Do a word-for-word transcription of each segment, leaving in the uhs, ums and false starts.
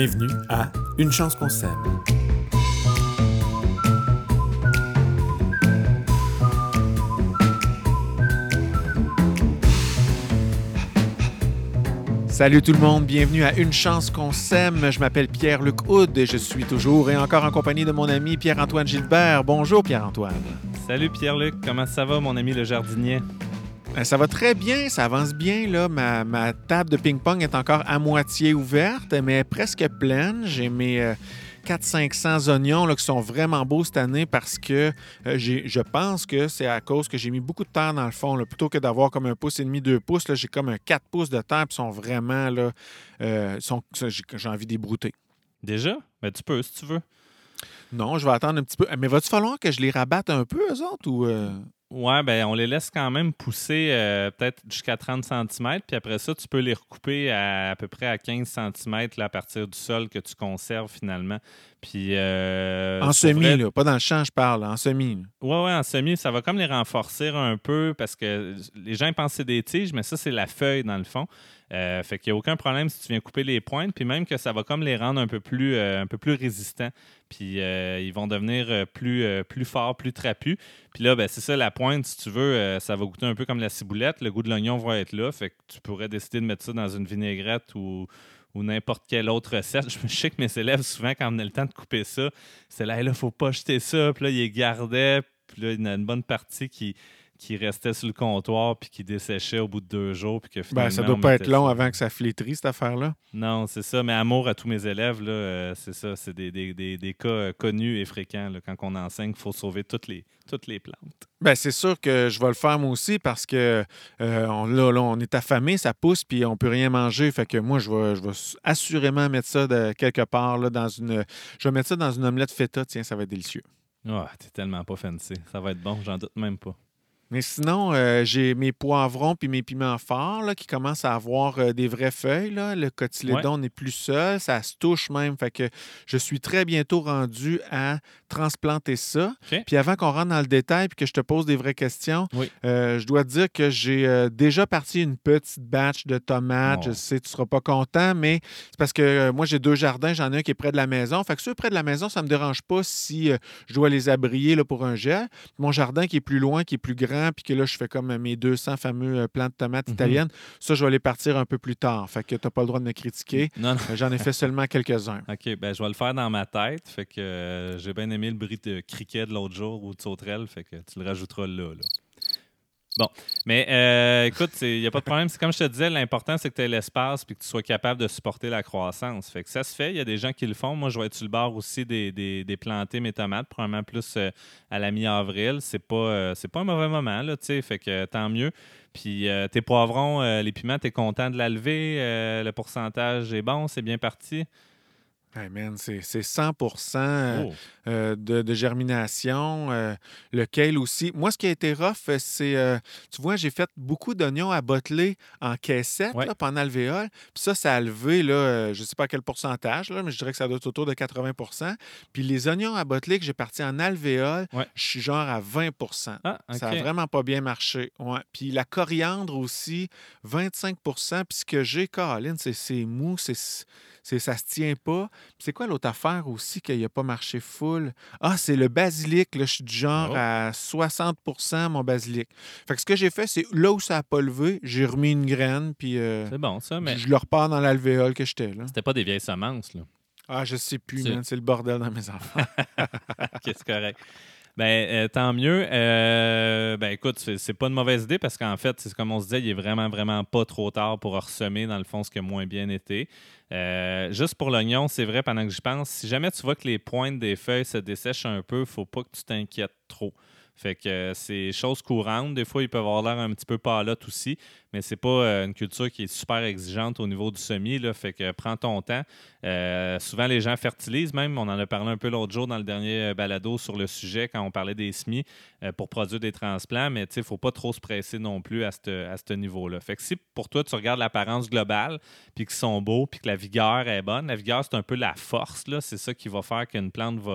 Bienvenue à Une chance qu'on s'aime. Salut tout le monde, bienvenue à Une chance qu'on s'aime. Je m'appelle Pierre-Luc Houd et je suis toujours et encore en compagnie de mon ami Pierre-Antoine Gilbert. Bonjour Pierre-Antoine. Salut Pierre-Luc, comment ça va mon ami le jardinier? Ça va très bien, ça avance bien. Là. Ma, ma table de ping-pong est encore à moitié ouverte, mais presque pleine. J'ai mes euh, quatre cents à cinq cents oignons là, qui sont vraiment beaux cette année parce que euh, j'ai, je pense que c'est à cause que j'ai mis beaucoup de terre dans le fond. Là. Plutôt que d'avoir comme un pouce et demi, deux pouces, là, j'ai comme un quatre pouces de terre et sont vraiment, là, euh, sont, j'ai, j'ai envie d'ébrouter. Déjà? Ben, tu peux si tu veux. Non, je vais attendre un petit peu. Mais va-tu falloir que je les rabatte un peu, eux autres, ou... Euh... Ouais, ben on les laisse quand même pousser euh, peut-être jusqu'à trente centimètres, puis après ça, tu peux les recouper à, à peu près à quinze centimètres là, à partir du sol que tu conserves finalement. Puis, euh, en semi, vrai... là, pas dans le champ, je parle, en semi. Là. Ouais, ouais, en semi, ça va comme les renforcer un peu parce que les gens pensent que c'est des tiges, mais ça, c'est la feuille dans le fond. Euh, fait qu'il n'y a aucun problème si tu viens couper les pointes, puis même que ça va comme les rendre un peu plus, euh, un peu plus résistants. Puis euh, ils vont devenir plus, euh, plus forts, plus trapus. Puis là, ben, c'est ça, la pointe, si tu veux, euh, ça va goûter un peu comme la ciboulette. Le goût de l'oignon va être là. Fait que tu pourrais décider de mettre ça dans une vinaigrette ou, ou n'importe quelle autre recette. Je sais que mes élèves, souvent, quand on a le temps de couper ça, c'est là, il ne faut pas jeter ça. Puis là, ils les gardaient. Puis là, il y en a une bonne partie qui... qui restait sur le comptoir puis qui desséchait au bout de deux jours. Puis que finalement, ben, ça doit pas être long ça. Avant que ça flétrisse, cette affaire-là. Non, c'est ça. Mais amour à tous mes élèves, là, euh, c'est ça. C'est des, des, des, des cas euh, connus et fréquents. Là, quand on enseigne, il faut sauver toutes les, toutes les plantes. Ben, c'est sûr que je vais le faire moi aussi parce que euh, on, là, là, on est affamé, ça pousse puis on peut rien manger. Fait que moi, je vais, je vais assurément mettre ça de quelque part là, dans une. Je vais mettre ça dans une omelette feta. Tiens, ça va être délicieux. Ah, oh, t'es tellement pas fancy. Ça va être bon, j'en doute même pas. Mais sinon, euh, j'ai mes poivrons puis mes piments forts là, qui commencent à avoir euh, des vraies feuilles. Là. Le cotylédon ouais. n'est plus seul, ça se touche même. Fait que je suis très bientôt rendu à transplanter ça. Okay. Puis avant qu'on rentre dans le détail puis que je te pose des vraies questions, oui. euh, je dois te dire que j'ai euh, déjà parti une petite batch de tomates. Oh. Je sais, tu ne seras pas content, mais c'est parce que euh, moi, j'ai deux jardins. J'en ai un qui est près de la maison. Fait que ceux près de la maison, ça ne me dérange pas si euh, je dois les abrier là, pour un gel. Mon jardin qui est plus loin, qui est plus grand, puis que là, je fais comme mes deux cents fameux plants de tomates mm-hmm. italiennes. Ça, je vais les partir un peu plus tard. Fait que tu n'as pas le droit de me critiquer. Non, non. J'en ai fait seulement quelques-uns. OK, ben je vais le faire dans ma tête. Fait que euh, j'ai bien aimé le bruit de criquet de l'autre jour ou de sauterelle. Fait que tu le rajouteras là, là. Bon, mais euh, écoute, il n'y a pas de problème. C'est comme je te disais, l'important, c'est que tu aies l'espace et que tu sois capable de supporter la croissance. Fait que ça se fait. Il y a des gens qui le font. Moi, je vais être sur le bord aussi des, des, des planter mes tomates, probablement plus euh, à la mi-avril. C'est pas, euh, c'est pas un mauvais moment, là, tu sais. Fait que euh, tant mieux. Puis euh, tes poivrons, euh, les piments, tu es content de la lever. Euh, le pourcentage est bon, c'est bien parti. Hey man, c'est, c'est cent pour cent oh. euh, de, de germination. Euh, le kale aussi. Moi, ce qui a été rough, c'est, euh, tu vois, j'ai fait beaucoup d'oignons à botteler en caissette ouais. là, pendant l'alvéole. Puis ça, ça a levé, là, euh, je ne sais pas à quel pourcentage, là, mais je dirais que ça doit être autour de quatre-vingts pour cent. Puis les oignons à botteler que j'ai partis en alvéole, ouais. je suis genre à vingt pour cent. Ah, okay. Ça n'a vraiment pas bien marché. Ouais. Puis la coriandre aussi, vingt-cinq pour cent. Puis ce que j'ai, Caroline, c'est, c'est mou, c'est... C'est, ça se tient pas. Puis c'est quoi l'autre affaire aussi qu'il n'a pas marché full? Ah, c'est le basilic. Là, je suis du genre oh. à soixante pour cent mon basilic. Fait que ce que j'ai fait, c'est là où ça n'a pas levé, j'ai remis une graine, puis euh, c'est bon, ça, mais... je le repars dans l'alvéole que j'étais. Là. C'était pas des vieilles semences, là. Ah, je sais plus, c'est... man. C'est le bordel dans mes enfants. OK, c'est correct. Ben, euh, tant mieux. Euh, ben, écoute, c'est, c'est pas une mauvaise idée parce qu'en fait, c'est comme on se disait, il est vraiment, vraiment pas trop tard pour ressemer, dans le fond, ce qui a moins bien été. Euh, juste pour l'oignon, c'est vrai, pendant que j'y pense, si jamais tu vois que les pointes des feuilles se dessèchent un peu, il faut pas que tu t'inquiètes trop. Fait que euh, c'est chose courante. Des fois, ils peuvent avoir l'air un petit peu pâlottes aussi, mais c'est pas euh, une culture qui est super exigeante au niveau du semis. Là, fait que euh, prends ton temps. Euh, souvent, les gens fertilisent même. On en a parlé un peu l'autre jour dans le dernier balado sur le sujet quand on parlait des semis euh, pour produire des transplants, mais il ne faut pas trop se presser non plus à ce à ce niveau-là. Fait que si pour toi, tu regardes l'apparence globale, puis qu'ils sont beaux, puis que la vigueur est bonne, la vigueur, c'est un peu la force. Là. C'est ça qui va faire qu'une plante va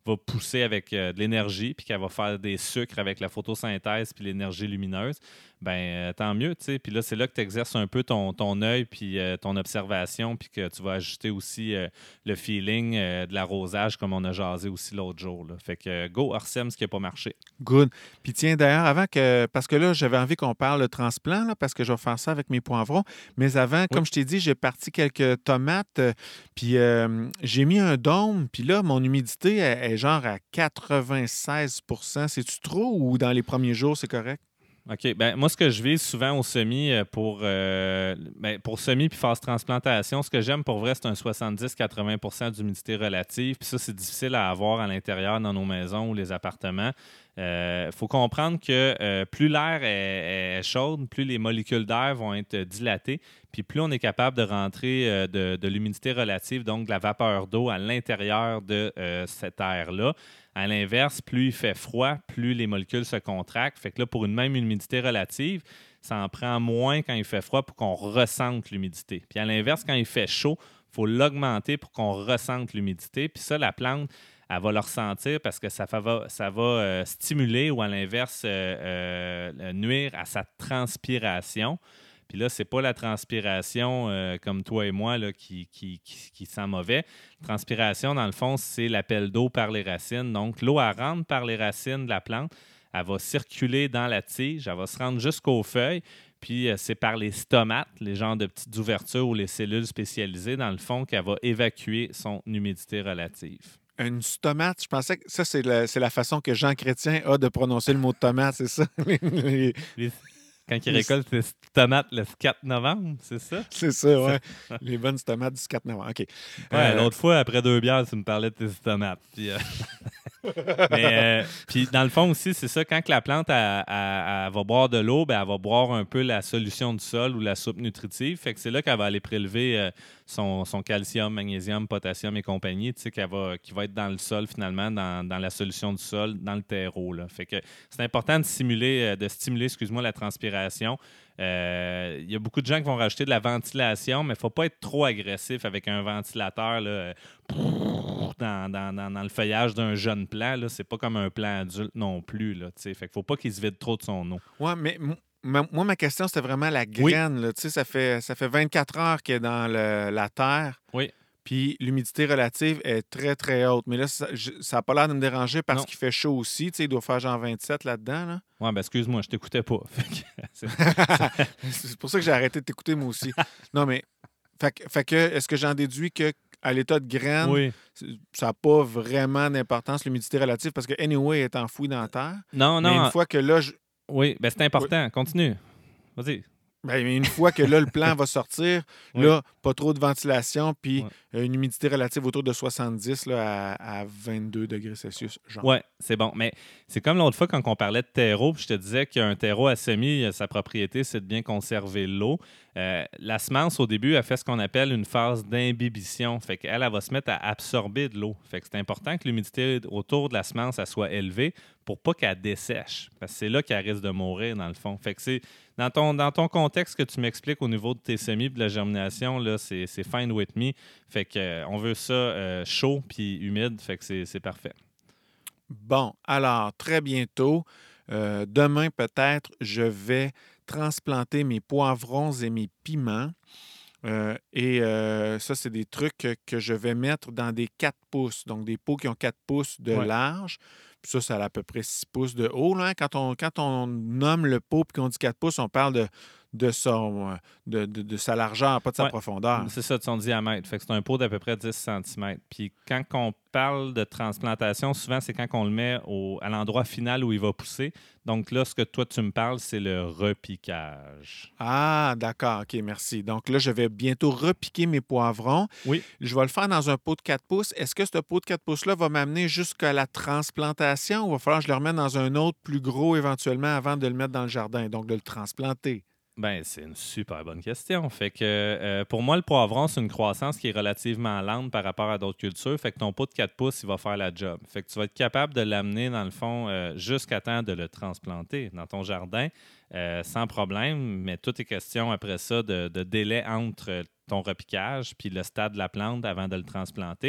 va pousser avec euh, de l'énergie, puis qu'elle va faire des sucres avec la photosynthèse puis l'énergie lumineuse, ben euh, tant mieux, tu sais. Puis là, c'est là que tu exerces un peu ton, ton œil puis euh, ton observation, puis que tu vas ajuster aussi euh, le feeling euh, de l'arrosage, comme on a jasé aussi l'autre jour, là. Fait que euh, go, Orsem, ce qui n'a pas marché. Good. Puis tiens, d'ailleurs, avant que. Parce que là, j'avais envie qu'on parle de transplant, là, parce que je vais faire ça avec mes poivrons. Mais avant, Oui. comme je t'ai dit, j'ai parti quelques tomates. euh, puis euh, j'ai mis un dôme. Puis là, mon humidité est, est genre à quatre-vingt-seize. C'est-tu trop ou dans les premiers jours, c'est correct? OK. Ben, moi, ce que je vise souvent au semis euh, pour, euh, ben, pour semis puis phase transplantation, ce que j'aime pour vrai, c'est un soixante-dix à quatre-vingts d'humidité relative. Puis ça, c'est difficile à avoir à l'intérieur dans nos maisons ou les appartements. Il euh, faut comprendre que euh, plus l'air est, est chaude, plus les molécules d'air vont être dilatées, puis plus on est capable de rentrer euh, de, de l'humidité relative, donc de la vapeur d'eau à l'intérieur de euh, cet air-là. À l'inverse, plus il fait froid, plus les molécules se contractent. Fait que là, pour une même humidité relative, ça en prend moins quand il fait froid pour qu'on ressente l'humidité. Puis à l'inverse, quand il fait chaud, il faut l'augmenter pour qu'on ressente l'humidité. Puis ça, la plante, elle va le ressentir parce que ça va, ça va euh, stimuler ou à l'inverse euh, euh, nuire à sa transpiration. Puis là, ce n'est pas la transpiration euh, comme toi et moi là, qui, qui, qui, qui sent mauvais. La transpiration, dans le fond, c'est l'appel d'eau par les racines. Donc, l'eau, elle rentre par les racines de la plante. Elle va circuler dans la tige. Elle va se rendre jusqu'aux feuilles. Puis, euh, c'est par les stomates, les genres de petites ouvertures ou les cellules spécialisées, dans le fond, qu'elle va évacuer son humidité relative. Une tomate, je pensais que ça, c'est la, c'est la façon que Jean Chrétien a de prononcer le mot de tomate, c'est ça? Les- Les- Quand il récolte les tomates le quatre novembre, c'est ça? C'est ça, ouais. Les bonnes tomates du quatre novembre. OK. Ouais, Euh, l'autre fois, après deux bières, tu me parlais de tes tomates. Puis, euh, Mais euh, puis dans le fond aussi, c'est ça, quand que la plante elle, elle- elle va boire de l'eau, ben, elle va boire un peu la solution du sol ou la soupe nutritive. Fait que c'est là qu'elle va aller prélever euh, son, son calcium, magnésium, potassium et compagnie, tu sais, qu'elle va, qui va être dans le sol finalement, dans, dans la solution du sol, dans le terreau, là. Fait que c'est important de stimuler, euh, de stimuler, excuse-moi, la transpiration. Euh, Il y a beaucoup de gens qui vont rajouter de la ventilation, mais il ne faut pas être trop agressif avec un ventilateur là, euh, dans, dans, dans, dans le feuillage d'un jeune plant. Là. C'est pas comme un plant adulte non plus. Là, fait qu'il ne faut pas qu'il se vide trop de son eau. ouais, mais m- ma- moi, ma question, c'était vraiment la Oui. graine. Là. Tu sais, Ça fait, ça fait vingt-quatre heures qu'elle est dans le- la terre. Oui. Puis l'humidité relative est très, très haute. Mais là, ça n'a pas l'air de me déranger parce Non. qu'il fait chaud aussi. Tu sais, il doit faire genre vingt-sept là-dedans. Là. Ouais, ben excuse-moi, je t'écoutais pas. Fait que c'est- C'est pour ça que j'ai arrêté de t'écouter, moi aussi. Non, mais, fait, que- fait que, est-ce que j'en déduis que à l'état de graine, oui. c'est- ça n'a pas vraiment d'importance, l'humidité relative, parce que, anyway, elle est enfouie dans la terre. Non, Mais non. une fois que là, je- Oui, ben c'est important. Continue. Vas-y. ben, une fois que là, le plan va sortir, Oui. là, pas trop de ventilation, puis Ouais. euh, une humidité relative autour de soixante-dix là, à, à vingt-deux degrés Celsius. Genre. Oui, c'est bon. Mais c'est comme l'autre fois quand on parlait de terreau, puis je te disais qu'un terreau à semis, sa propriété, c'est de bien conserver l'eau. Euh, la semence, au début, elle fait ce qu'on appelle une phase d'imbibition. Fait qu'elle, elle va se mettre à absorber de l'eau. Fait que c'est important que l'humidité autour de la semence, elle soit élevée pour pas qu'elle dessèche. Parce que c'est là qu'elle risque de mourir, dans le fond. Fait que c'est dans ton, dans ton contexte que tu m'expliques au niveau de tes semis et de la germination, là, c'est, c'est fine with me. Fait que euh, on veut ça euh, chaud puis humide. Fait que c'est, c'est parfait. Bon, alors, très bientôt, euh, demain peut-être, je vais transplanter mes poivrons et mes piments. Euh, et euh, ça, c'est des trucs que, que je vais mettre dans des quatre pouces, donc des pots qui ont quatre pouces de Ouais. large. Puis ça, ça a à peu près six pouces de haut. Là, hein. Quand on, quand on nomme le pot et qu'on dit quatre pouces, on parle de, de, son, euh, de, de, de sa largeur, pas de sa Ouais. profondeur. C'est ça de son diamètre. Fait que c'est un pot d'à peu près dix centimètres. Puis quand on parle de transplantation, souvent, c'est quand on le met au, à l'endroit final où il va pousser. Donc là, ce que toi, tu me parles, c'est le repiquage. Ah, d'accord. OK, merci. Donc là, je vais bientôt repiquer mes poivrons. Oui. Je vais le faire dans un pot de quatre pouces. Est-ce que ce pot de quatre pouces-là va m'amener jusqu'à la transplantation ou va falloir que je le remette dans un autre plus gros éventuellement avant de le mettre dans le jardin, donc de le transplanter? Ben, c'est une super bonne question. Fait que euh, pour moi, le poivron, c'est une croissance qui est relativement lente par rapport à d'autres cultures. Fait que ton pot de quatre pouces, il va faire la job. Fait que tu vas être capable de l'amener, dans le fond, euh, jusqu'à temps de le transplanter dans ton jardin euh, sans problème. Mais tout est question après ça de, de délai entre ton repiquage puis le stade de la plante avant de le transplanter.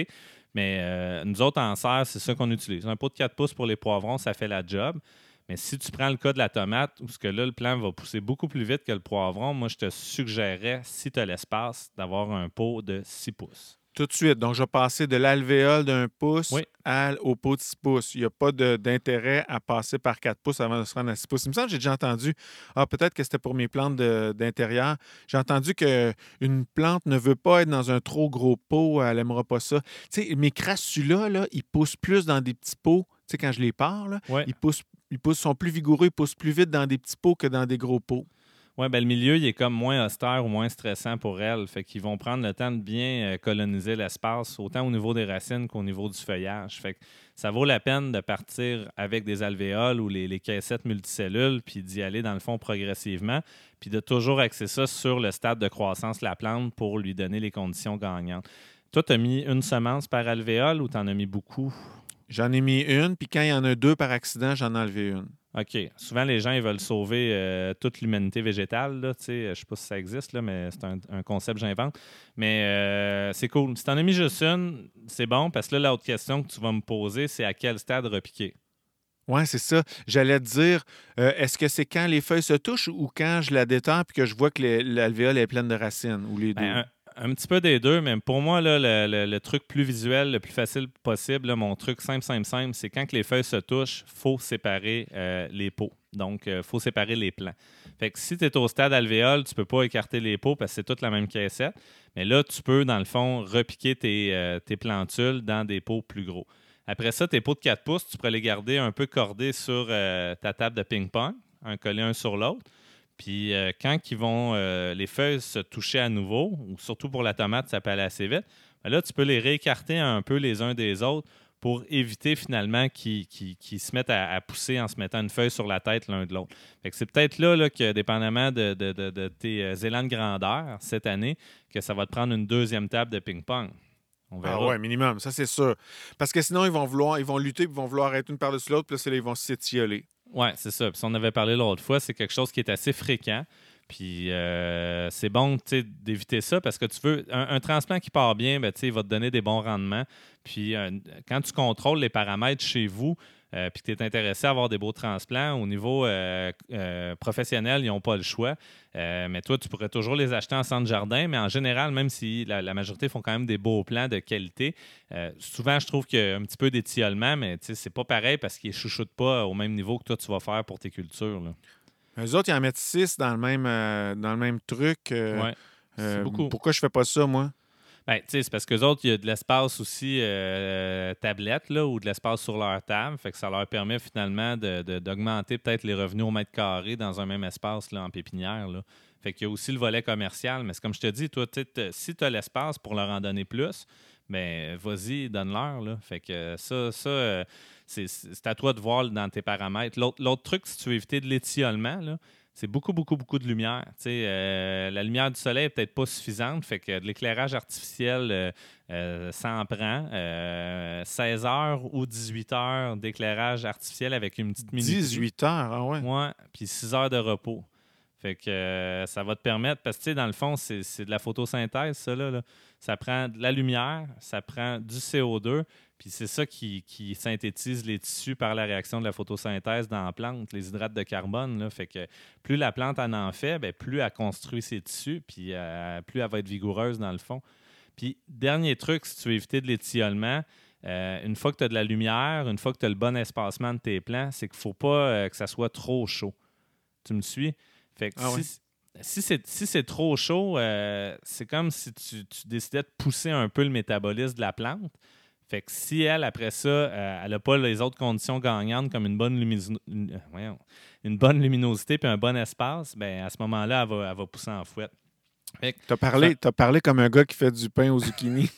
Mais euh, nous autres, en serre, c'est ça qu'on utilise. Un pot de quatre pouces pour les poivrons, ça fait la job. Mais si tu prends le cas de la tomate, où ce que là, le plant va pousser beaucoup plus vite que le poivron, moi, je te suggérerais, si tu as l'espace, d'avoir un pot de six pouces. Tout de suite. Donc, je vais passer de l'alvéole d'un pouce Oui. à, au pot de six pouces. Il n'y a pas de, d'intérêt à passer par quatre pouces avant de se rendre à six pouces. Il me semble que j'ai déjà entendu, ah, peut-être que c'était pour mes plantes de, d'intérieur. J'ai entendu qu'une plante ne veut pas être dans un trop gros pot, elle n'aimera pas ça. Tu sais, mes crassus-là, là, ils poussent plus dans des petits pots. Tu sais, quand je les pars, là, Oui. ils poussent, ils poussent, sont plus vigoureux, ils poussent plus vite dans des petits pots que dans des gros pots. Oui, ben le milieu, il est comme moins austère ou moins stressant pour elles. Fait qu'ils vont prendre le temps de bien euh, coloniser l'espace, autant au niveau des racines qu'au niveau du feuillage. Fait que ça vaut la peine de partir avec des alvéoles ou les, les caissettes multicellules, puis d'y aller, dans le fond, progressivement, puis de toujours axer ça sur le stade de croissance de la plante pour lui donner les conditions gagnantes. Toi, tu as mis une semence par alvéole ou tu en as mis beaucoup? J'en ai mis une, puis quand il y en a deux par accident, j'en ai enlevé une. OK. Souvent, les gens ils veulent sauver euh, toute l'humanité végétale. Là, je ne sais pas si ça existe, là, mais c'est un, un concept que j'invente. Mais euh, c'est cool. Si tu en as mis juste une, c'est bon, parce que là, l'autre question que tu vas me poser, c'est à quel stade repiquer? Oui, c'est ça. J'allais te dire, euh, est-ce que c'est quand les feuilles se touchent ou quand je la détends puis que je vois que les- l'alvéole est pleine de racines, ou les deux? Ben, un, un petit peu des deux, mais pour moi, là, le, le- le truc plus visuel, le plus facile possible, là, mon truc simple, simple, simple, c'est quand que les feuilles se touchent, il faut séparer euh, les pots. Donc, il faut séparer les plants. Fait que si tu es au stade alvéole, tu ne peux pas écarter les pots parce que c'est toute la même caissette. Mais là, tu peux, dans le fond, repiquer tes, euh, tes plantules dans des pots plus gros. Après ça, tes pots de quatre pouces, tu pourrais les garder un peu cordés sur euh, ta table de ping-pong, un collé un sur l'autre. Puis euh, quand ils vont, euh, les feuilles se toucher à nouveau, ou surtout pour la tomate, ça peut aller assez vite, ben là, tu peux les réécarter un peu les uns des autres pour éviter finalement qu'ils, qu'ils, qu'ils se mettent à, à pousser en se mettant une feuille sur la tête l'un de l'autre. Fait que c'est peut-être là, là que, dépendamment de, de, de, de tes euh, élans de grandeur cette année, que ça va te prendre une deuxième table de ping-pong. On verra. Ah ouais, minimum, ça c'est sûr. Parce que sinon, ils vont vouloir, ils vont lutter, puis ils vont vouloir être une par-dessus l'autre, puis là, c'est là, ils vont s'étioler. Oui, c'est ça. Puis si on avait parlé l'autre fois, c'est quelque chose qui est assez fréquent. Puis euh, c'est bon d'éviter ça parce que tu veux. Un, un transplant qui part bien, ben, il va te donner des bons rendements. Puis euh, quand tu contrôles les paramètres chez vous, euh, puis que tu es intéressé à avoir des beaux transplants, au niveau euh, euh, professionnel, ils n'ont pas le choix. Euh, mais toi, tu pourrais toujours les acheter en centre jardin. Mais en général, même si la, la majorité font quand même des beaux plants de qualité, euh, souvent, je trouve qu'il y a un petit peu d'étiolement, mais c'est pas pareil parce qu'ils ne chouchoutent pas au même niveau que toi, tu vas faire pour tes cultures. Là. Eux autres, ils en mettent six dans le même, euh, dans le même truc. Euh, Ouais, c'est euh, beaucoup. Pourquoi je fais pas ça, moi? Ben, c'est parce qu'eux autres, il y a de l'espace aussi euh, tablette là, ou de l'espace sur leur table. Fait que ça leur permet finalement de, de, d'augmenter peut-être les revenus au mètre carré dans un même espace là, en pépinière. Là. Fait qu'il y a aussi le volet commercial. Mais c'est comme je te dis, toi, si tu as l'espace pour leur en donner plus, ben vas-y, donne-leur. Là. Fait que ça, ça euh, c'est, c'est à toi de voir là, dans tes paramètres. L'autre, l'autre truc, si tu veux éviter de l'étiolement, là, c'est beaucoup, beaucoup, beaucoup de lumière. Euh, la lumière du soleil n'est peut-être pas suffisante, fait que de l'éclairage artificiel, euh, euh, ça en prend. Euh, seize heures ou dix-huit heures d'éclairage artificiel avec une petite minuterie. dix-huit heures, ah ouais? Ouais, puis six heures de repos. Fait que euh, ça va te permettre, parce que dans le fond, c'est, c'est de la photosynthèse, ça. Là, là. Ça prend de la lumière, ça prend du C O deux, puis c'est ça qui, qui synthétise les tissus par la réaction de la photosynthèse dans la plante, les hydrates de carbone. Là. Fait que plus la plante en en fait, bien, plus elle construit ses tissus, puis euh, plus elle va être vigoureuse dans le fond. Puis, dernier truc, si tu veux éviter de l'étiolement, euh, une fois que tu as de la lumière, une fois que tu as le bon espacement de tes plants, c'est qu'il ne faut pas euh, que ça soit trop chaud. Tu me suis? Fait que ah si, ouais. si, c'est, si c'est trop chaud, euh, c'est comme si tu, tu décidais de pousser un peu le métabolisme de la plante. Fait que si elle, après ça, euh, elle n'a pas les autres conditions gagnantes comme une bonne, luminos- une, euh, voyons, une bonne luminosité puis un bon espace, ben à ce moment-là, elle va, elle va pousser en fouette. Tu as parlé, t'as parlé comme un gars qui fait du pain aux zucchini.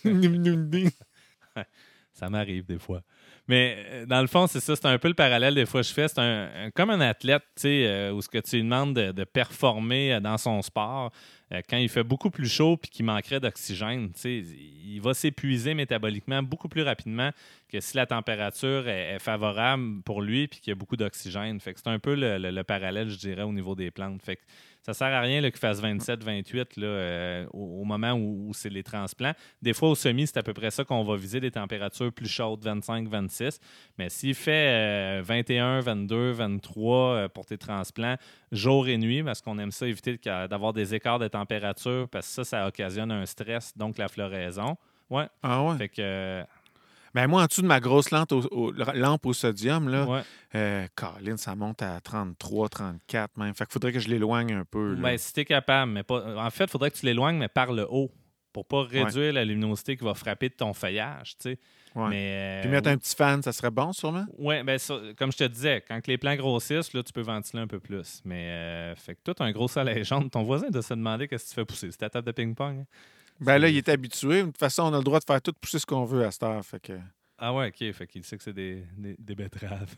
Ça m'arrive des fois. Mais dans le fond, c'est ça, c'est un peu le parallèle des fois que je fais. C'est un, un, comme un athlète, tu sais, euh, où ce que tu lui demandes de, de performer dans son sport. euh, quand il fait beaucoup plus chaud et qu'il manquerait d'oxygène, il va s'épuiser métaboliquement beaucoup plus rapidement que si la température est, est favorable pour lui et qu'il y a beaucoup d'oxygène. Fait que c'est un peu le, le, le parallèle, je dirais, au niveau des plantes. Fait que ça ne sert à rien là, qu'il fasse vingt-sept, vingt-huit là, euh, au, au moment où, où c'est les transplants. Des fois, au semis, c'est à peu près ça qu'on va viser, des températures plus chaudes, vingt-cinq, vingt-six. Mais s'il fait euh, vingt et un, vingt-deux, vingt-trois euh, pour tes transplants, jour et nuit, parce qu'on aime ça, éviter d'avoir des écarts de température, parce que ça, ça occasionne un stress, donc la floraison. Ouais. Ah ouais? Fait que... Euh, Ben moi, en dessous de ma grosse lampe au, au, lampe au sodium, là, ouais. euh, Colin, ça monte à trente-trois, trente-quatre même. Fait qu'il faudrait que je l'éloigne un peu. Là. Ben, si t'es capable, mais pas. En fait, il faudrait que tu l'éloignes, mais par le haut, pour pas réduire ouais. la luminosité qui va frapper de ton feuillage, tu sais. Ouais. Mais, Puis mettre euh, un petit fan, ça serait bon, sûrement? Oui, ben ça, comme je te disais, quand les plants grossissent, là, tu peux ventiler un peu plus. Mais euh, fait que toi, tu as un gros soleil jaune. Ton voisin doit se demander qu'est-ce que tu fais pousser. C'est ta table de ping-pong. Hein? Ben là, il est habitué. De toute façon, on a le droit de faire tout pousser ce qu'on veut à cette heure. Fait que... Ah ouais, OK. Fait qu'il sait que c'est des, des, des betteraves.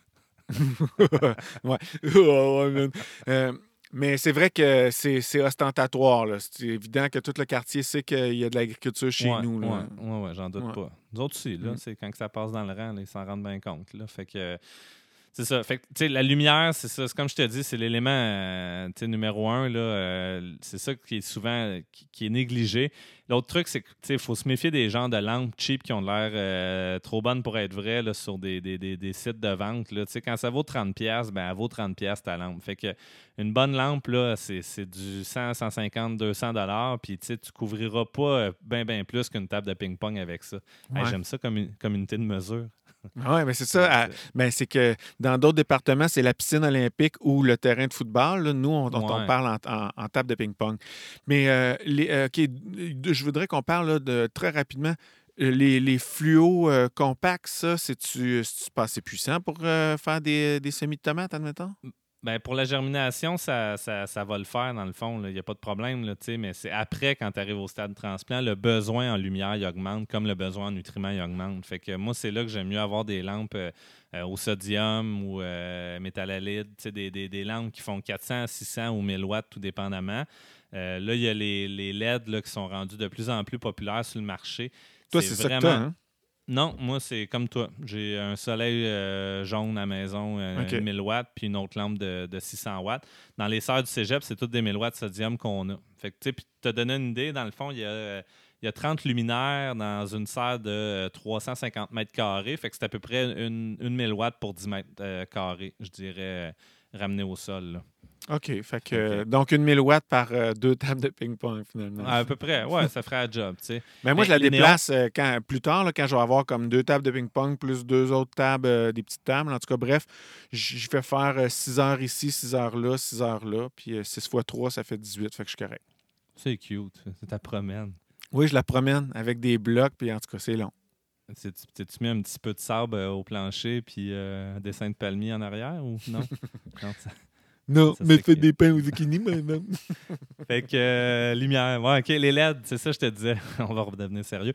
ouais. ouais, ouais euh, mais c'est vrai que c'est ostentatoire. C'est évident que tout le quartier sait qu'il y a de l'agriculture chez ouais, nous. Là. Oui, ouais, ouais, j'en doute ouais. pas. Nous autres aussi, là, mm. c'est quand que ça passe dans le rang, là, ils s'en rendent bien compte. Là. Fait que... C'est ça. Fait que, tu sais, la lumière, c'est ça. Comme je te dis, c'est l'élément euh, numéro un. Là, euh, c'est ça qui est souvent qui, qui est négligé. L'autre truc, c'est qu'il faut se méfier des genres de lampes cheap qui ont l'air euh, trop bonnes pour être vraies là, sur des, des, des, des sites de vente. Là. Quand ça vaut trente dollars, ben, elle vaut trente dollars ta lampe. Fait que une bonne lampe, là, c'est, c'est du cent, cent cinquante, deux cents dollars. Puis tu ne couvriras pas bien, bien plus qu'une table de ping-pong avec ça. Ouais. Hey, j'aime ça comme une, comme unité de mesure. Oui, mais c'est ça. Ben, c'est que dans d'autres départements, c'est la piscine olympique ou le terrain de football. Là. Nous, on, ouais. on parle en, en, en table de ping-pong. Mais euh, les, euh, okay, je voudrais qu'on parle là, de, très rapidement. Les, les fluos euh, compacts, ça, c'est-tu pas assez puissant pour euh, faire des, des semis de tomates, admettons? Bien, pour la germination, ça, ça, ça va le faire, dans le fond. Il n'y a pas de problème, là, mais c'est après, quand tu arrives au stade de transplant, le besoin en lumière il augmente, comme le besoin en nutriments il augmente. Fait que moi, c'est là que j'aime mieux avoir des lampes euh, au sodium ou euh, métallhalide, des, des, des lampes qui font quatre cents, six cents ou mille watts, tout dépendamment. Euh, là, il y a les, les L E D là, qui sont rendus de plus en plus populaires sur le marché. Toi, c'est ça vraiment... que t'as, hein? Non, moi, c'est comme toi. J'ai un soleil euh, jaune à la maison, euh, okay. mille watts, puis une autre lampe de, de six cents watts. Dans les serres du cégep, c'est toutes des mille watts de sodium qu'on a. Fait que, tu sais, puis te donner une idée, dans le fond, il y a, euh, il y a trente luminaires dans une serre de euh, trois cent cinquante mètres carrés. Fait que c'est à peu près une, une mille watts pour dix mètres euh, carrés, je dirais, euh, ramené au sol, là. OK. Fait que, okay. Donc, une mille watts par euh, deux tables de ping-pong, finalement. À peu près, ouais, ça ferait un job, tu sais. Mais moi, Mais je la déplace néons... quand, plus tard, là, quand je vais avoir comme deux tables de ping-pong plus deux autres tables, euh, des petites tables. En tout cas, bref, je vais faire euh, six heures ici, six heures là, six heures là. Puis euh, six fois trois, ça fait dix-huit. Fait que je suis correct. C'est cute. C'est ta promène. Oui, je la promène avec des blocs. Puis en tout cas, c'est long. Tu mets un petit peu de sable euh, au plancher puis euh, un dessin de palmier en arrière ou non? non ça... Non, ça, mais faites des pains aux zucchini, madame. Fait que, euh, lumière. Ouais, OK, les L E D, c'est ça, je te disais. On va redevenir sérieux.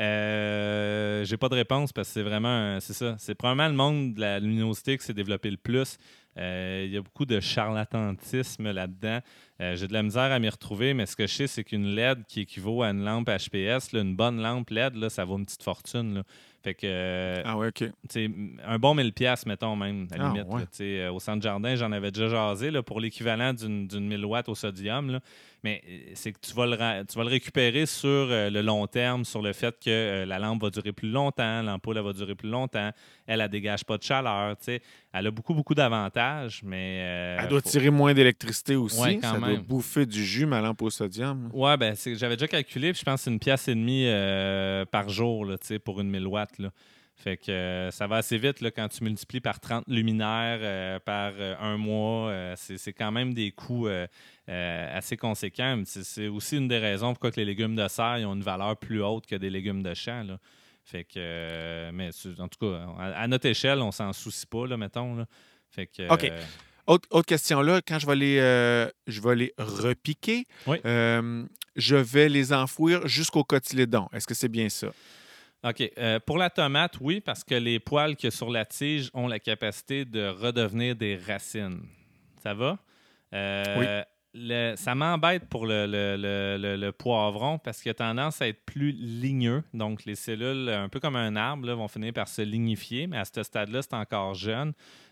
Euh, j'ai pas de réponse parce que c'est vraiment, c'est ça. C'est probablement le monde de la luminosité qui s'est développé le plus. Il euh, y a beaucoup de charlatanisme là-dedans. Euh, j'ai de la misère à m'y retrouver, mais ce que je sais, c'est qu'une L E D qui équivaut à une lampe H P S, là, une bonne lampe L E D, là, ça vaut une petite fortune. Là. Fait que, euh, ah ouais, OK. Un bon mille dollars, mettons même, à la ah, limite. Ouais. Là, euh, au centre jardin, j'en avais déjà jasé là, pour l'équivalent d'une, d'une mille watts au sodium. Là. Mais c'est que tu vas le, tu vas le récupérer sur euh, le long terme, sur le fait que euh, la lampe va durer plus longtemps, l'ampoule elle va durer plus longtemps, elle ne dégage pas de chaleur. T'sais. Elle a beaucoup, beaucoup d'avantages, mais... Euh, elle doit faut... tirer moins d'électricité aussi. Ouais, quand ça même. doit bouffer du jus, ma lampe au sodium. Oui, ben, j'avais déjà calculé, puis je pense que c'est une pièce et demie euh, par jour là, pour une mille watts. Là. Fait que euh, ça va assez vite là, quand tu multiplies par trente luminaires euh, par euh, un mois. Euh, c'est, c'est quand même des coûts euh, euh, assez conséquents. C'est, c'est aussi une des raisons pourquoi que les légumes de serre ils ont une valeur plus haute que des légumes de champ. Là. Fait que, euh, mais en tout cas, à, à notre échelle, on s'en soucie pas, là, mettons. Là. Fait que, OK. Euh... Autre, autre question là, quand je vais les, euh, je vais les repiquer, oui. euh, je vais les enfouir jusqu'au cotylédon. Est-ce que c'est bien ça? OK. Euh, pour la tomate, oui, parce que les poils qu'il y a sur la tige ont la capacité de redevenir des racines. Ça va? Euh, oui. le, ça m'embête pour le, le, le, le, le poivron parce qu'il a tendance à être plus ligneux. Donc, les cellules, un peu comme un arbre, là, vont finir par se lignifier, mais à ce stade-là, c'est encore jeune.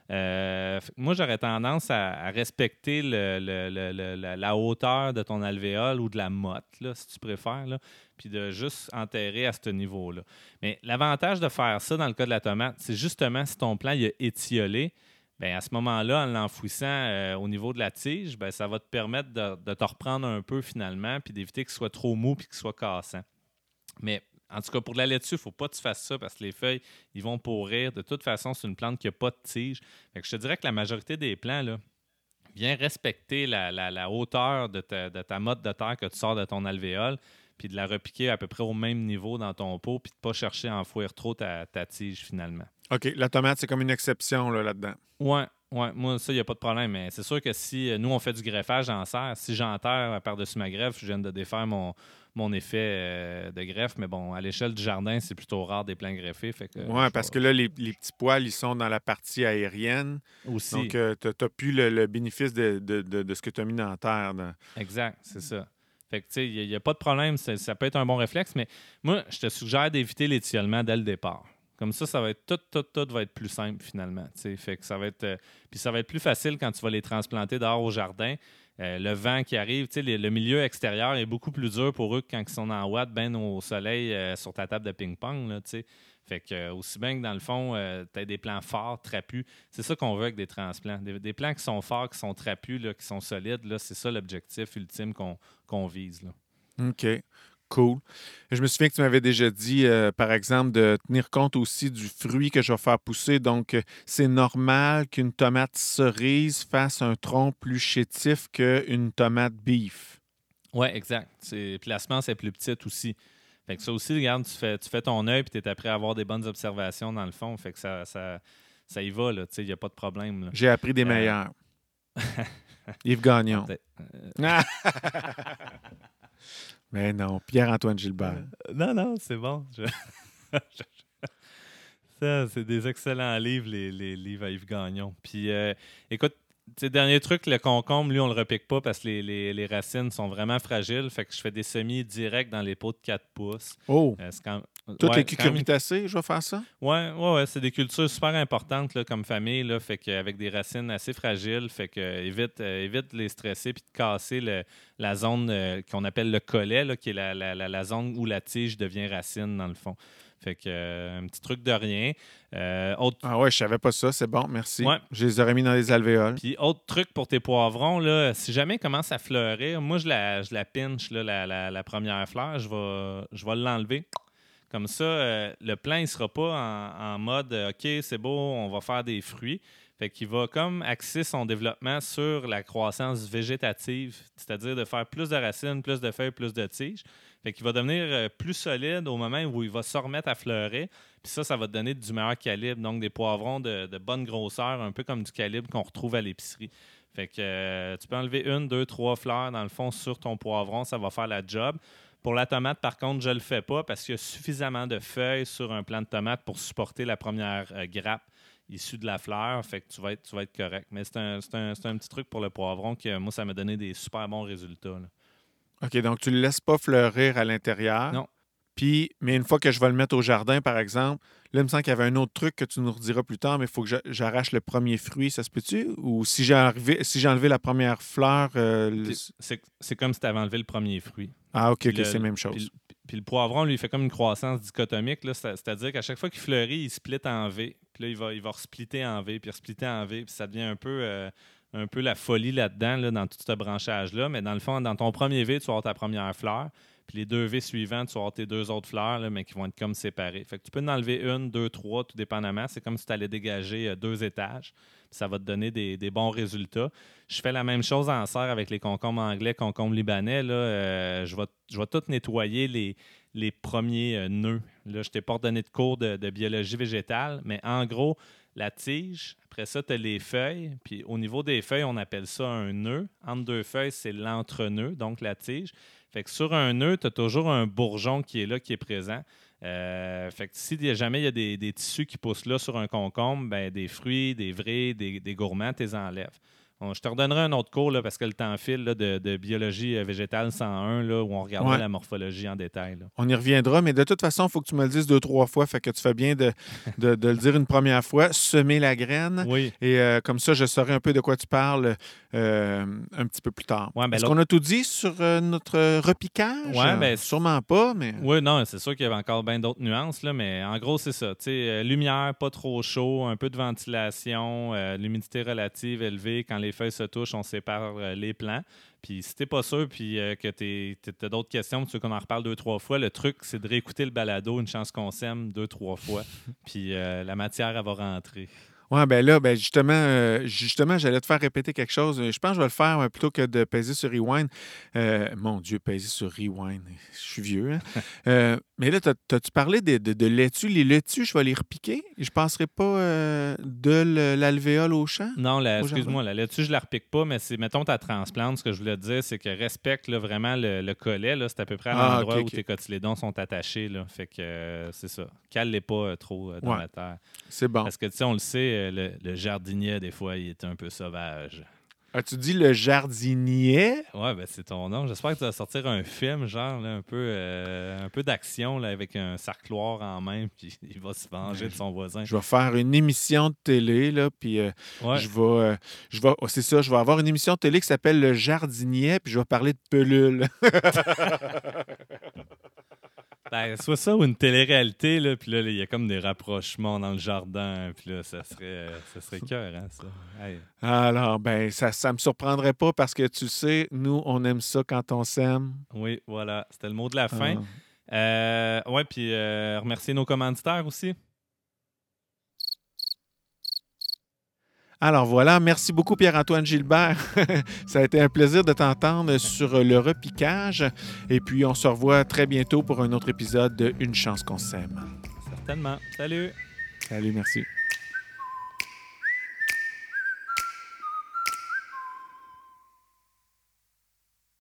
Euh, moi, j'aurais tendance à, à respecter le, le, le, le, la, la hauteur de ton alvéole ou de la motte, là, si tu préfères, là, puis de juste enterrer à ce niveau-là. Mais l'avantage de faire ça dans le cas de la tomate, c'est justement si ton plant il a étiolé, bien, à ce moment-là, en l'enfouissant euh, au niveau de la tige, bien, ça va te permettre de, de te reprendre un peu finalement puis d'éviter qu'il soit trop mou puis qu'il soit cassant. Mais en tout cas, pour de la laitue, il ne faut pas que tu fasses ça parce que les feuilles, ils vont pourrir. De toute façon, c'est une plante qui n'a pas de tige. Fait que je te dirais que la majorité des plants, là, viens respecter la, la, la hauteur de ta, de ta motte de terre que tu sors de ton alvéole puis de la repiquer à peu près au même niveau dans ton pot puis de ne pas chercher à enfouir trop ta, ta tige finalement. OK. La tomate, c'est comme une exception là, là-dedans. Oui, ouais, moi, ça, il n'y a pas de problème. Mais c'est sûr que si euh, nous, on fait du greffage en serre, si j'enterre par-dessus ma greffe, je viens de défaire mon, mon effet euh, de greffe. Mais bon, à l'échelle du jardin, c'est plutôt rare des plants greffés. Oui, parce que là, les, les petits poils, ils sont dans la partie aérienne. Aussi. Donc, euh, tu n'as plus le, le bénéfice de, de, de, de ce que tu as mis dans la terre. Là. Exact, c'est ça. Fait que, tu sais, il n'y a, a pas de problème. Ça, ça peut être un bon réflexe. Mais moi, je te suggère d'éviter l'étiolement dès le départ. Comme ça, ça va être tout, tout, tout va être plus simple finalement. T'sais. Fait que ça va être, euh, puis ça va être plus facile quand tu vas les transplanter dehors au jardin. Euh, le vent qui arrive, les, le milieu extérieur est beaucoup plus dur pour eux que quand ils sont en watt, bien au soleil euh, sur ta table de ping-pong. Là, fait que euh, aussi bien que dans le fond, euh, tu as des plants forts, trapus. C'est ça qu'on veut avec des transplants. Des, des plants qui sont forts, qui sont trapus, là, qui sont solides, là, c'est ça l'objectif ultime qu'on, qu'on vise. Là. OK. Cool. Je me souviens que tu m'avais déjà dit, euh, par exemple, de tenir compte aussi du fruit que je vais faire pousser. Donc, euh, c'est normal qu'une tomate cerise fasse un tronc plus chétif qu'une tomate beef. Oui, exact. C'est, puis la semence est plus petite aussi. Fait que ça aussi, regarde, tu fais, tu fais ton œil puis tu es après à avoir des bonnes observations dans le fond. Fait que ça, ça, ça y va, là. Il n'y a pas de problème. Là. J'ai appris des Euh... meilleurs. Yves Gagnon. Ah, Mais non, Pierre-Antoine Gilbert. Euh, non, non, c'est bon. Je... Ça, c'est des excellents livres, les, les livres à Yves Gagnon. Puis, euh, écoute, tu sais, dernier truc, le concombre, lui, on le repique pas parce que les, les, les racines sont vraiment fragiles. Fait que je fais des semis directs dans les pots de quatre pouces. Oh! Euh, quand... Toutes ouais, les cucurbitacées, même... je vais faire ça? Oui, ouais, ouais, c'est des cultures super importantes là, comme famille. Là, fait qu'avec des racines assez fragiles, fait que euh, évite, euh, évite de les stresser puis de casser le, la zone euh, qu'on appelle le collet, là, qui est la, la, la, la zone où la tige devient racine, dans le fond. Fait que euh, un petit truc de rien. Euh, autre... Ah ouais, je savais pas ça. C'est bon, merci. Ouais. Je les aurais mis dans les alvéoles. Puis autre truc pour tes poivrons, là, si jamais ils commencent à fleurir, moi, je la, je la pinche, là, la, la, la première fleur. Je vais, je vais l'enlever. Comme ça, euh, le plant, il ne sera pas en, en mode euh, « OK, c'est beau, on va faire des fruits ». Fait qu'il va comme axer son développement sur la croissance végétative, c'est-à-dire de faire plus de racines, plus de feuilles, plus de tiges. Fait qu'il va devenir euh, plus solide au moment où il va se remettre à fleurir. Puis ça, ça va te donner du meilleur calibre, donc des poivrons de, de bonne grosseur, un peu comme du calibre qu'on retrouve à l'épicerie. Fait que euh, tu peux enlever une, deux, trois fleurs dans le fond sur ton poivron, ça va faire la job. Pour la tomate, par contre, je ne le fais pas parce qu'il y a suffisamment de feuilles sur un plant de tomate pour supporter la première euh, grappe issue de la fleur. Fait que tu vas être, tu vas être correct. Mais c'est un, c'est un, c'est un petit truc pour le poivron qui, moi, ça m'a donné des super bons résultats. Là. OK, donc tu ne le laisses pas fleurir à l'intérieur. Non. Puis, mais une fois que je vais le mettre au jardin, par exemple, là, il me semble qu'il y avait un autre truc que tu nous rediras plus tard, mais il faut que j'arrache le premier fruit, ça se peut-tu? Ou si j'ai enlevé, si j'ai enlevé la première fleur... Euh, le... c'est, c'est comme si tu avais enlevé le premier fruit. Ah, OK, OK, le, c'est la même chose. Puis, puis le poivron, lui, il fait comme une croissance dichotomique, là, c'est, c'est-à-dire qu'à chaque fois qu'il fleurit, il split en V. Puis là, il va, il va resplitter en V, puis resplitter en V, puis ça devient un peu... Euh, un peu la folie là-dedans, là, dans tout ce branchage-là. Mais dans le fond, dans ton premier V, tu vas avoir ta première fleur. Puis les deux V suivants, tu vas avoir tes deux autres fleurs, là, mais qui vont être comme séparées. Fait que tu peux en enlever une, deux, trois, tout dépendamment. C'est comme si tu allais dégager euh, deux étages. Puis ça va te donner des, des bons résultats. Je fais la même chose en serre avec les concombres anglais, concombres libanais. Là, euh, je vais, je vais tout nettoyer les, les premiers euh, nœuds. Là, je t'ai pas donné de cours de, de biologie végétale, mais en gros, la tige, après ça, tu as les feuilles. Puis au niveau des feuilles, on appelle ça un nœud. Entre deux feuilles, c'est l'entre-nœud, donc la tige. Fait que sur un nœud, tu as toujours un bourgeon qui est là, qui est présent. Euh, fait que si jamais il y a des, des tissus qui poussent là sur un concombre, ben, des fruits, des vrais, des, des gourmands, tu les enlèves. On, je te redonnerai un autre cours là, parce que le temps file là, de, de biologie végétale cent un là, où on regardera Ouais. la morphologie en détail. Là. On y reviendra, mais de toute façon, il faut que tu me le dises deux, trois fois. Fait que tu fais bien de, de, de le dire une première fois, semer la graine. Oui. Et euh, comme ça, je saurai un peu de quoi tu parles euh, un petit peu plus tard. Ouais, ben Est-ce l'autre- qu'on a tout dit sur euh, notre repiquage? Ouais, ben, Sûrement pas, mais... Oui, non, c'est sûr qu'il y avait encore bien d'autres nuances, là, mais en gros, c'est ça. Tu sais, euh, lumière, pas trop chaud, un peu de ventilation, euh, l'humidité relative élevée. Quand les feuilles se touchent, on sépare euh, les plants. Puis si t'es pas sûr puis euh, que tu as d'autres questions, tu veux qu'on en reparle deux, trois fois, le truc, c'est de réécouter le balado, une chance qu'on sème deux, trois fois. Puis euh, la matière, elle va rentrer. Oui, ben là, ben justement, euh, justement, j'allais te faire répéter quelque chose. Je pense que je vais le faire euh, plutôt que de peser sur Rewind. Euh, mon Dieu, peser sur Rewind. Je suis vieux, hein? Euh, mais là, t'as- t'as-tu parlé de, de, de laitue? Les laitues, je vais les repiquer. Je ne passerai pas euh, de l- l'alvéole au champ? Non, la- Au excuse-moi, la laitue, je la repique pas, mais c'est, mettons, ta transplante, ce que je voulais te dire, c'est que respecte là, vraiment le, le collet. Là, c'est à peu près à Ah, l'endroit ok, où ok. tes cotylédons sont attachés. Là. Fait que euh, c'est ça. Cale-les pas euh, trop euh, dans Ouais. la terre. C'est bon. Parce que, tu sais, on le sait, euh, le, le jardinier, des fois, il est un peu sauvage. As-tu dit le jardinier? Ouais, ben c'est ton nom. J'espère que tu vas sortir un film, genre, là, un peu, euh, un peu d'action, là, avec un sarcloir en main, puis il va se venger de son voisin. Je vais faire une émission de télé, là, puis euh, Ouais. je vais... euh, je vais oh, c'est ça, je vais avoir une émission de télé qui s'appelle Le Jardinier, puis je vais parler de pelules. Ben, soit ça ou une télé-réalité, là, puis là, il y a comme des rapprochements dans le jardin, puis là, ça serait, euh, ça serait cœur, hein, ça. Hey. Alors, ben, ça ne me surprendrait pas parce que tu sais, nous, on aime ça quand on s'aime. Oui, voilà, c'était le mot de la fin. Ah. Euh, ouais, puis euh, remercier nos commanditaires aussi. Alors voilà, merci beaucoup Pierre-Antoine Gilbert. Ça a été un plaisir de t'entendre sur le repiquage. Et puis, on se revoit très bientôt pour un autre épisode de Une chance qu'on s'aime. Certainement. Salut! Salut, merci.